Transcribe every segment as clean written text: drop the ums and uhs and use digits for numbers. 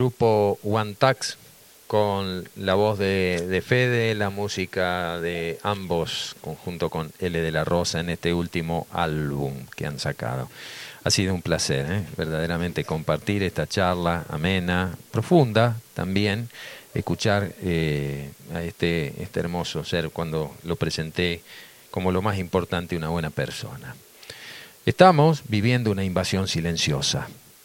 Grupo One Tax con la voz de Fede, la música de ambos, conjunto con L de la Rosa en este último álbum que han sacado. Ha sido un placer, verdaderamente compartir esta charla amena, profunda también, escuchar a este hermoso ser cuando lo presenté como lo más importante, una buena persona. Estamos viviendo una invasión silenciosa.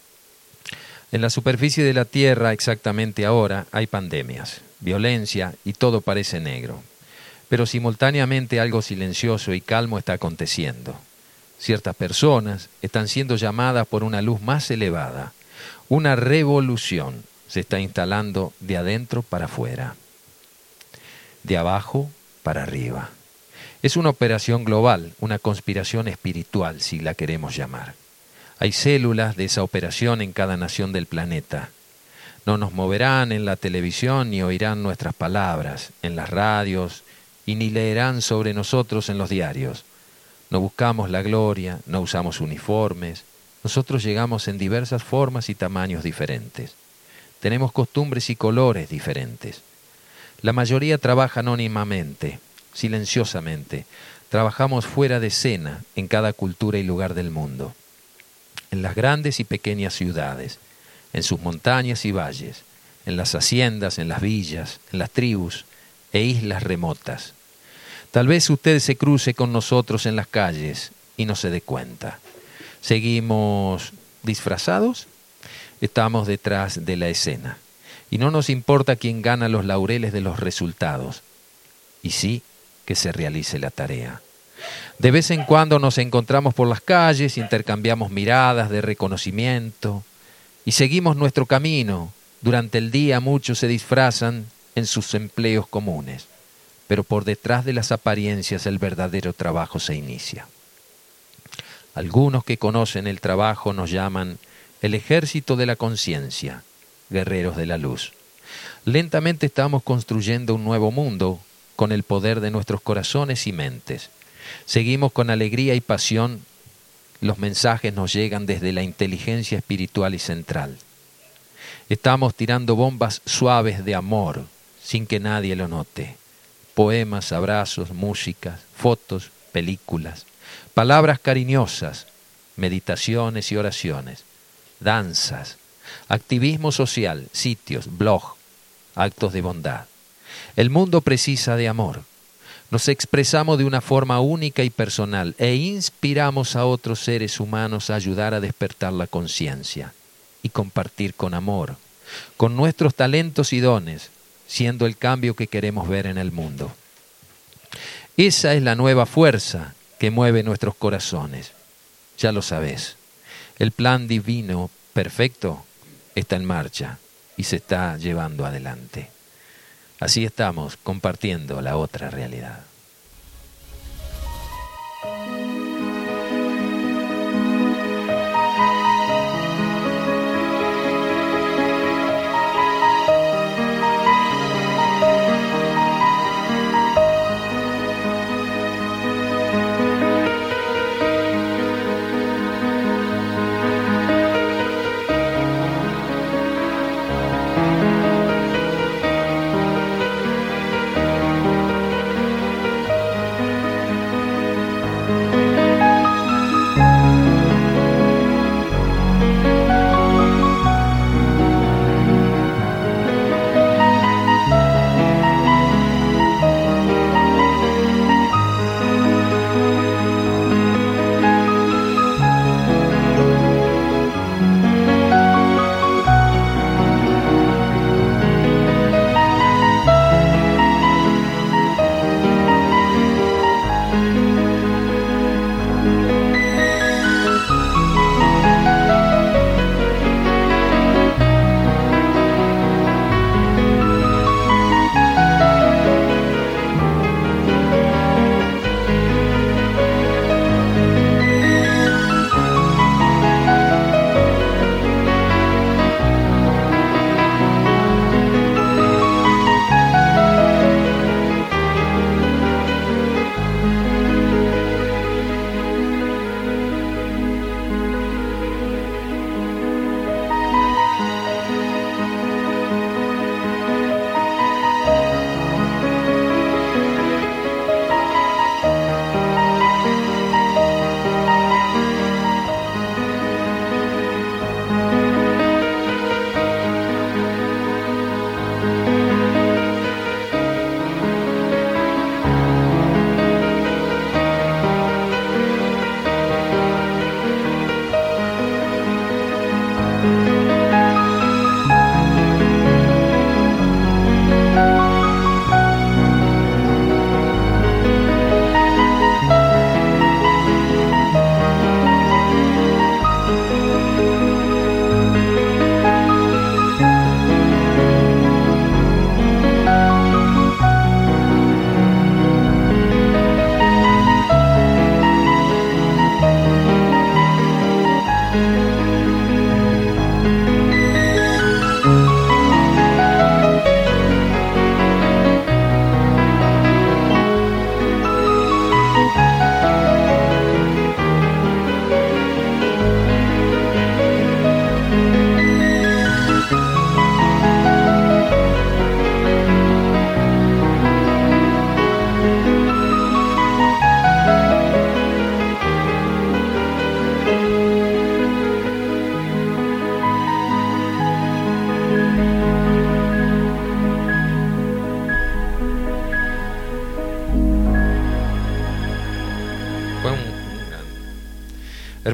En la superficie de la Tierra, exactamente ahora, hay pandemias, violencia y todo parece negro. Pero simultáneamente algo silencioso y calmo está aconteciendo. Ciertas personas están siendo llamadas por una luz más elevada. Una revolución se está instalando de adentro para afuera, de abajo para arriba. Es una operación global, una conspiración espiritual, si la queremos llamar. Hay células de esa operación en cada nación del planeta. No nos moverán en la televisión ni oirán nuestras palabras en las radios y ni leerán sobre nosotros en los diarios. No buscamos la gloria, no usamos uniformes. Nosotros llegamos en diversas formas y tamaños diferentes. Tenemos costumbres y colores diferentes. La mayoría trabaja anónimamente, silenciosamente. Trabajamos fuera de escena en cada cultura y lugar del mundo. En las grandes y pequeñas ciudades, en sus montañas y valles, en las haciendas, en las villas, en las tribus e islas remotas. Tal vez usted se cruce con nosotros en las calles y no se dé cuenta. ¿Seguimos disfrazados? Estamos detrás de la escena y no nos importa quién gana los laureles de los resultados. Y sí que se realice la tarea. De vez en cuando nos encontramos por las calles, intercambiamos miradas de reconocimiento y seguimos nuestro camino. Durante el día muchos se disfrazan en sus empleos comunes, pero por detrás de las apariencias el verdadero trabajo se inicia. Algunos que conocen el trabajo nos llaman el ejército de la conciencia, guerreros de la luz. Lentamente estamos construyendo un nuevo mundo con el poder de nuestros corazones y mentes. Seguimos con alegría y pasión. Los mensajes nos llegan desde la inteligencia espiritual y central. Estamos tirando bombas suaves de amor, sin que nadie lo note. Poemas, abrazos, músicas, fotos, películas, palabras cariñosas, meditaciones y oraciones, danzas, activismo social, sitios, blog, actos de bondad. El mundo precisa de amor. Nos expresamos de una forma única y personal e inspiramos a otros seres humanos a ayudar a despertar la conciencia y compartir con amor, con nuestros talentos y dones, siendo el cambio que queremos ver en el mundo. Esa es la nueva fuerza que mueve nuestros corazones. Ya lo sabes, el plan divino perfecto está en marcha y se está llevando adelante. Así estamos compartiendo la otra realidad.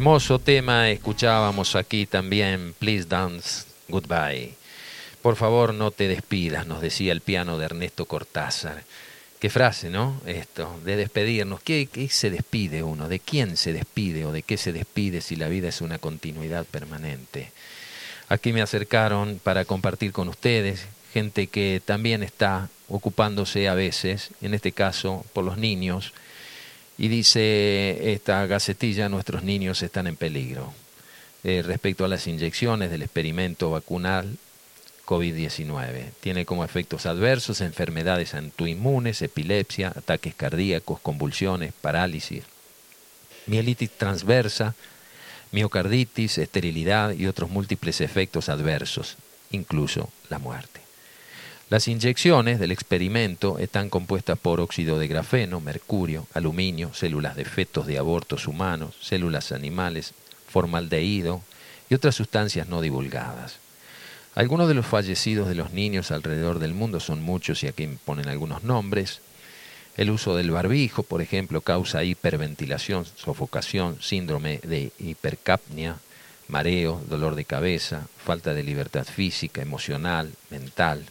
Hermoso tema, escuchábamos aquí también Please Dance Goodbye. Por favor, no te despidas, nos decía el piano de Ernesto Cortázar. Qué frase, ¿no? Esto, de despedirnos. ¿Qué se despide uno? ¿De quién se despide o de qué se despide si la vida es una continuidad permanente? Aquí me acercaron para compartir con ustedes gente que también está ocupándose a veces, en este caso por los niños, y dice esta gacetilla: nuestros niños están en peligro respecto a las inyecciones del experimento vacunal COVID-19. Tiene como efectos adversos enfermedades autoinmunes, epilepsia, ataques cardíacos, convulsiones, parálisis, mielitis transversa, miocarditis, esterilidad y otros múltiples efectos adversos, incluso la muerte. Las inyecciones del experimento están compuestas por óxido de grafeno, mercurio, aluminio, células de fetos de abortos humanos, células animales, formaldehído y otras sustancias no divulgadas. Algunos de los fallecidos de los niños alrededor del mundo son muchos y aquí me ponen algunos nombres. El uso del barbijo, por ejemplo, causa hiperventilación, sofocación, síndrome de hipercapnia, mareo, dolor de cabeza, falta de libertad física, emocional, mental.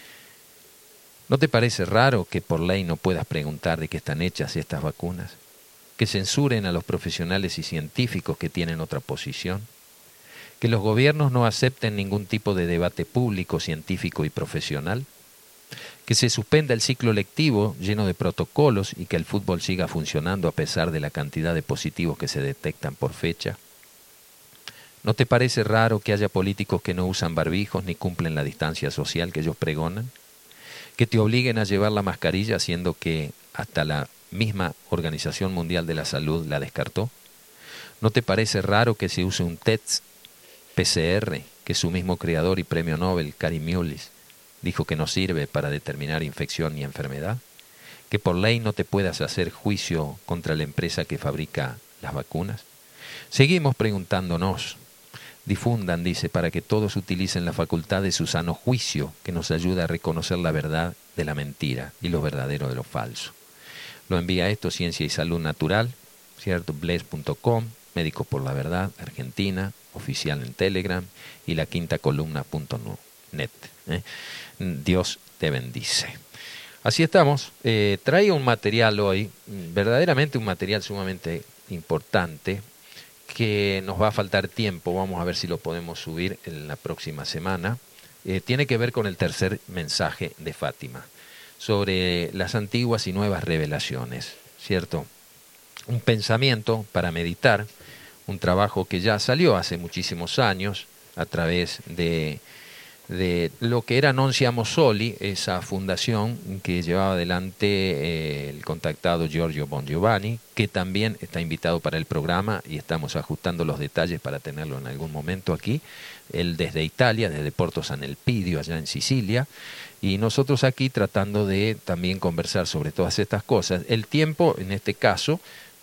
¿No te parece raro que por ley no puedas preguntar de qué están hechas estas vacunas? ¿Que censuren a los profesionales y científicos que tienen otra posición? ¿Que los gobiernos no acepten ningún tipo de debate público, científico y profesional? ¿Que se suspenda el ciclo lectivo lleno de protocolos y que el fútbol siga funcionando a pesar de la cantidad de positivos que se detectan por fecha? ¿No te parece raro que haya políticos que no usan barbijos ni cumplen la distancia social que ellos pregonan? ¿Que te obliguen a llevar la mascarilla siendo que hasta la misma Organización Mundial de la Salud la descartó? ¿No te parece raro que se use un test PCR que su mismo creador y premio Nobel, Kary Mullis, dijo que no sirve para determinar infección ni enfermedad? ¿Que por ley no te puedas hacer juicio contra la empresa que fabrica las vacunas? Seguimos preguntándonos. Difundan, dice, para que todos utilicen la facultad de su sano juicio, que nos ayuda a reconocer la verdad de la mentira y lo verdadero de lo falso. Lo envía esto Ciencia y Salud Natural, ¿cierto? Bless.com, Médicos por la Verdad, Argentina, oficial en Telegram, y la quinta columna.net. Dios te bendice. Así estamos. Traigo un material hoy, verdaderamente un material sumamente importante, que nos va a faltar tiempo. Vamos a ver si lo podemos subir en la próxima semana. Tiene que ver con el tercer mensaje de Fátima, sobre las antiguas y nuevas revelaciones, ¿cierto? Un pensamiento para meditar, un trabajo que ya salió hace muchísimos años a través de lo que era Nuntiamo Soli, esa fundación que llevaba adelante el contactado Giorgio Bongiovanni, que también está invitado para el programa y estamos ajustando los detalles para tenerlo en algún momento aquí. Él desde Italia, desde Porto San Elpidio, allá en Sicilia, y nosotros aquí tratando de también conversar sobre todas estas cosas. El tiempo, en este caso,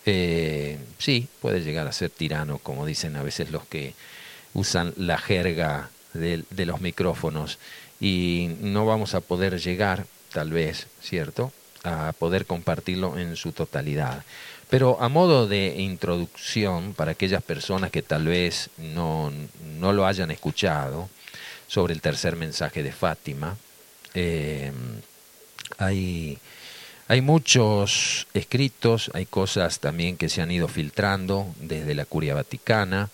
sí, puede llegar a ser tirano, como dicen a veces los que usan la jerga de los micrófonos, y no vamos a poder llegar, tal vez, ¿cierto?, a poder compartirlo en su totalidad. Pero a modo de introducción, para aquellas personas que tal vez no lo hayan escuchado, sobre el tercer mensaje de Fátima, hay muchos escritos, hay cosas también que se han ido filtrando desde la Curia Vaticana.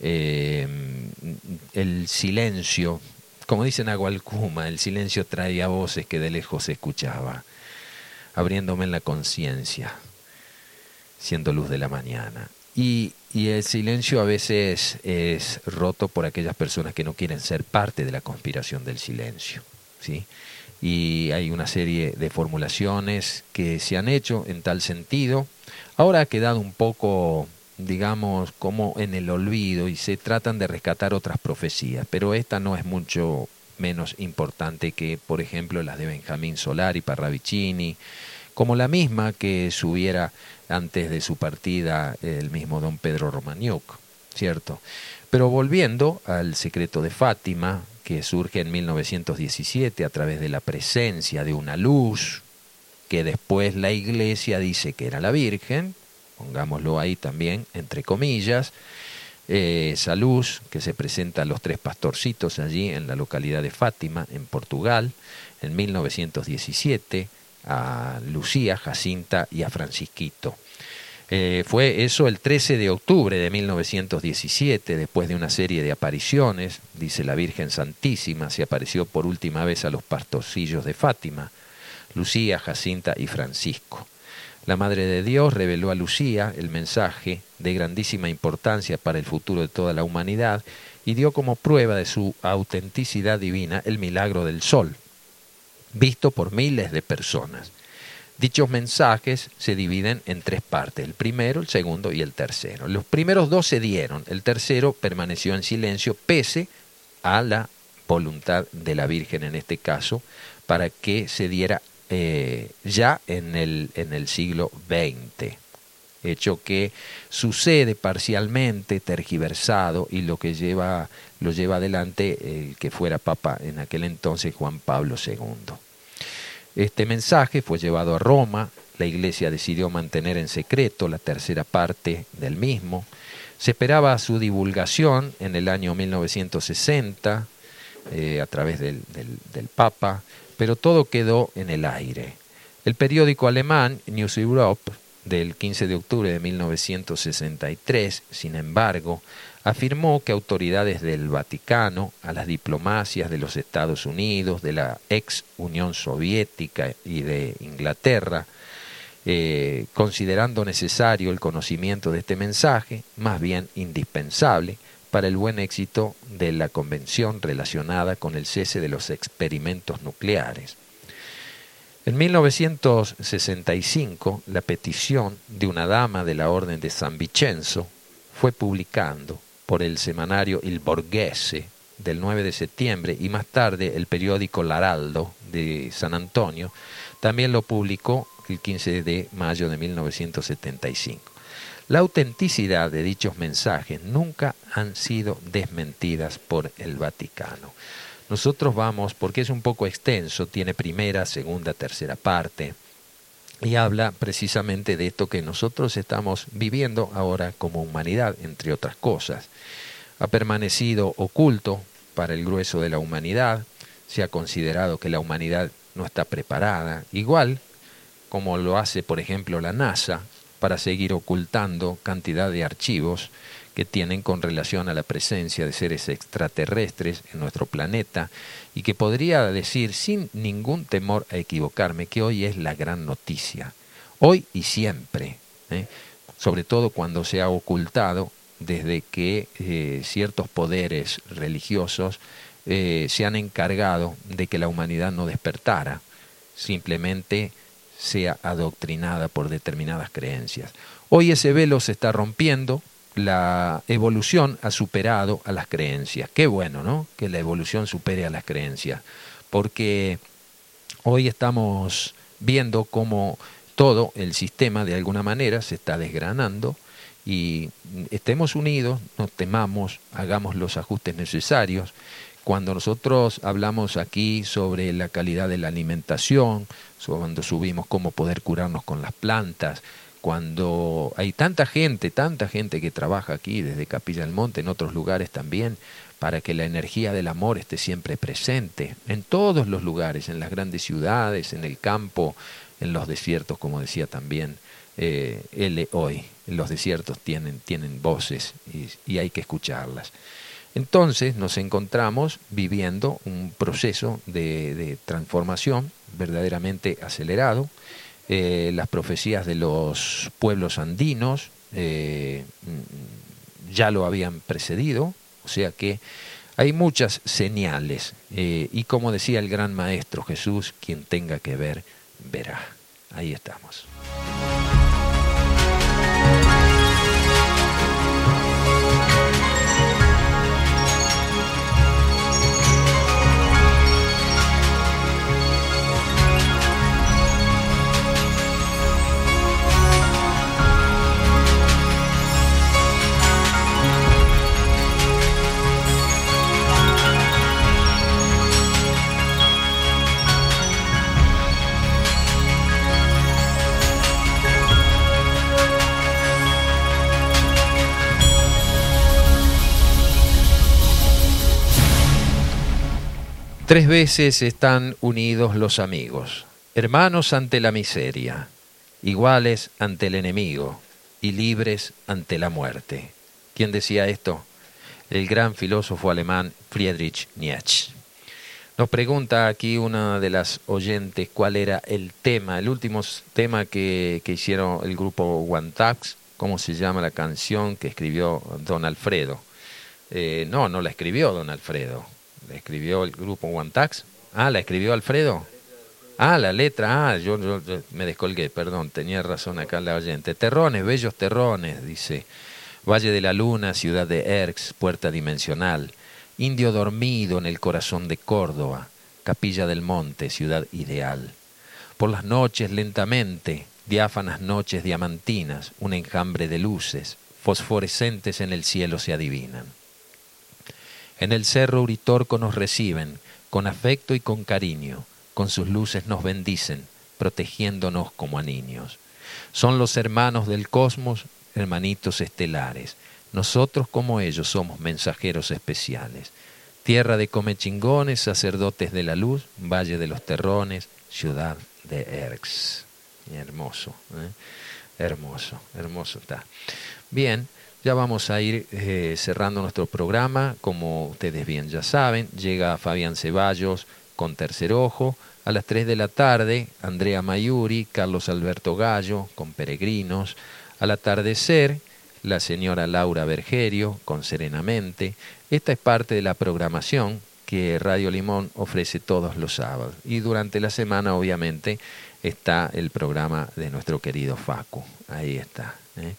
El silencio, como dicen Agualcuma, el silencio traía voces que de lejos se escuchaba, abriéndome en la conciencia, siendo luz de la mañana. Y el silencio a veces es roto por aquellas personas que no quieren ser parte de la conspiración del silencio, ¿sí? Y hay una serie de formulaciones que se han hecho en tal sentido. Ahora ha quedado un poco, digamos, como en el olvido, y se tratan de rescatar otras profecías, pero esta no es mucho menos importante que, por ejemplo, las de Benjamín Solari, Parravicini, como la misma que subiera antes de su partida el mismo don Pedro Romagnuc, ¿cierto? Pero volviendo al secreto de Fátima, que surge en 1917 a través de la presencia de una luz, que después la Iglesia dice que era la Virgen, pongámoslo ahí también, entre comillas, esa luz que se presenta a los tres pastorcitos allí en la localidad de Fátima, en Portugal, en 1917, a Lucía, Jacinta y a Francisquito. Fue eso el 13 de octubre de 1917, después de una serie de apariciones. Dice la Virgen Santísima se apareció por última vez a los pastorcillos de Fátima, Lucía, Jacinta y Francisco. La Madre de Dios reveló a Lucía el mensaje de grandísima importancia para el futuro de toda la humanidad y dio como prueba de su autenticidad divina el milagro del sol, visto por miles de personas. Dichos mensajes se dividen en tres partes, el primero, el segundo y el tercero. Los primeros dos se dieron, el tercero permaneció en silencio pese a la voluntad de la Virgen en este caso, para que se diera ya en el siglo XX, hecho que sucede parcialmente, tergiversado, y lo lleva adelante el que fuera Papa en aquel entonces, Juan Pablo II. Este mensaje fue llevado a Roma, la Iglesia decidió mantener en secreto la tercera parte del mismo, se esperaba su divulgación en el año 1960 a través del Papa, pero todo quedó en el aire. El periódico alemán News Europe del 15 de octubre de 1963, sin embargo, afirmó que autoridades del Vaticano, a las diplomacias de los Estados Unidos, de la ex Unión Soviética y de Inglaterra, considerando necesario el conocimiento de este mensaje, más bien indispensable, para el buen éxito de la convención relacionada con el cese de los experimentos nucleares. En 1965, la petición de una dama de la Orden de San Vincenzo fue publicando por el semanario Il Borghese del 9 de septiembre y más tarde el periódico L'Araldo de San Antonio también lo publicó el 15 de mayo de 1975. La autenticidad de dichos mensajes nunca han sido desmentidas por el Vaticano. Nosotros vamos, porque es un poco extenso, tiene primera, segunda, tercera parte, y habla precisamente de esto que nosotros estamos viviendo ahora como humanidad, entre otras cosas. Ha permanecido oculto para el grueso de la humanidad, se ha considerado que la humanidad no está preparada, igual como lo hace, por ejemplo, la NASA, para seguir ocultando cantidad de archivos que tienen con relación a la presencia de seres extraterrestres en nuestro planeta y que podría decir sin ningún temor a equivocarme que hoy es la gran noticia, hoy y siempre, sobre todo cuando se ha ocultado desde que ciertos poderes religiosos se han encargado de que la humanidad no despertara, simplemente sea adoctrinada por determinadas creencias. Hoy ese velo se está rompiendo, la evolución ha superado a las creencias. Qué bueno, ¿no?, que la evolución supere a las creencias, porque hoy estamos viendo cómo todo el sistema de alguna manera se está desgranando y estemos unidos, no temamos, hagamos los ajustes necesarios. Cuando nosotros hablamos aquí sobre la calidad de la alimentación, cuando subimos cómo poder curarnos con las plantas, cuando hay tanta gente que trabaja aquí desde Capilla del Monte, en otros lugares también, para que la energía del amor esté siempre presente, en todos los lugares, en las grandes ciudades, en el campo, en los desiertos, como decía también él hoy, los desiertos tienen voces y hay que escucharlas. Entonces nos encontramos viviendo un proceso de transformación verdaderamente acelerado. Las profecías de los pueblos andinos ya lo habían precedido, o sea que hay muchas señales. Y como decía el gran maestro Jesús, quien tenga que ver, verá. Ahí estamos. 3 veces están unidos los amigos, hermanos ante la miseria, iguales ante el enemigo y libres ante la muerte. ¿Quién decía esto? El gran filósofo alemán Friedrich Nietzsche. Nos pregunta aquí una de las oyentes cuál era el tema, el último tema que hicieron el grupo One Tax, cómo se llama la canción que escribió Don Alfredo. No la escribió Don Alfredo, la escribió el grupo One Tax. Ah, ¿la escribió Alfredo? Ah, la letra, yo me descolgué, perdón, tenía razón acá la oyente. Terrones, bellos terrones, dice. Valle de la Luna, ciudad de Erx, puerta dimensional. Indio dormido en el corazón de Córdoba, Capilla del Monte, ciudad ideal. Por las noches lentamente, diáfanas noches diamantinas, un enjambre de luces, fosforescentes en el cielo se adivinan. En el cerro Uritorco nos reciben, con afecto y con cariño, con sus luces nos bendicen, protegiéndonos como a niños. Son los hermanos del cosmos, hermanitos estelares. Nosotros como ellos somos mensajeros especiales. Tierra de comechingones, sacerdotes de la luz, Valle de los Terrones, ciudad de Erx. Hermoso, hermoso, hermoso está. Bien, ya vamos a ir cerrando nuestro programa. Como ustedes bien ya saben, llega Fabián Ceballos con Tercer Ojo. A las 3 de la tarde, Andrea Mayuri, Carlos Alberto Gallo con Peregrinos. Al atardecer, la señora Laura Bergerio con Serenamente. Esta es parte de la programación que Radio Limón ofrece todos los sábados. Y durante la semana, obviamente, está el programa de nuestro querido Facu. Ahí está.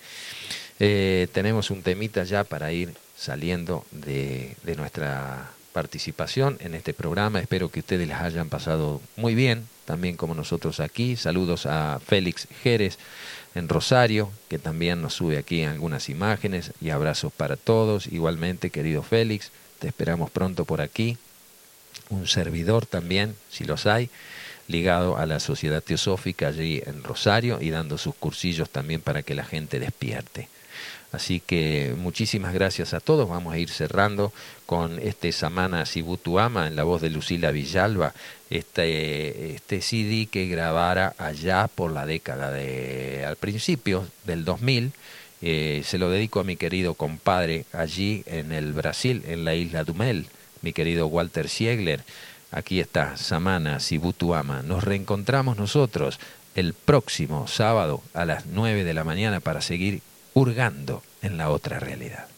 Tenemos un temita ya para ir saliendo de nuestra participación en este programa. Espero que ustedes las hayan pasado muy bien, también como nosotros aquí. Saludos a Félix Jerez en Rosario, que también nos sube aquí algunas imágenes, y abrazos para todos. Igualmente, querido Félix, te esperamos pronto por aquí. Un servidor también, si los hay, ligado a la Sociedad Teosófica allí en Rosario y dando sus cursillos también para que la gente despierte. Así que muchísimas gracias a todos. Vamos a ir cerrando con este Samana Sibutuama en la voz de Lucila Villalba, este CD que grabara allá por la década al principio del 2000. Se lo dedico a mi querido compadre allí en el Brasil, en la isla Dumel, mi querido Walter Siegler. Aquí está Samana Sibutuama. Nos reencontramos nosotros el próximo sábado a las 9 de la mañana para seguir hurgando en la otra realidad.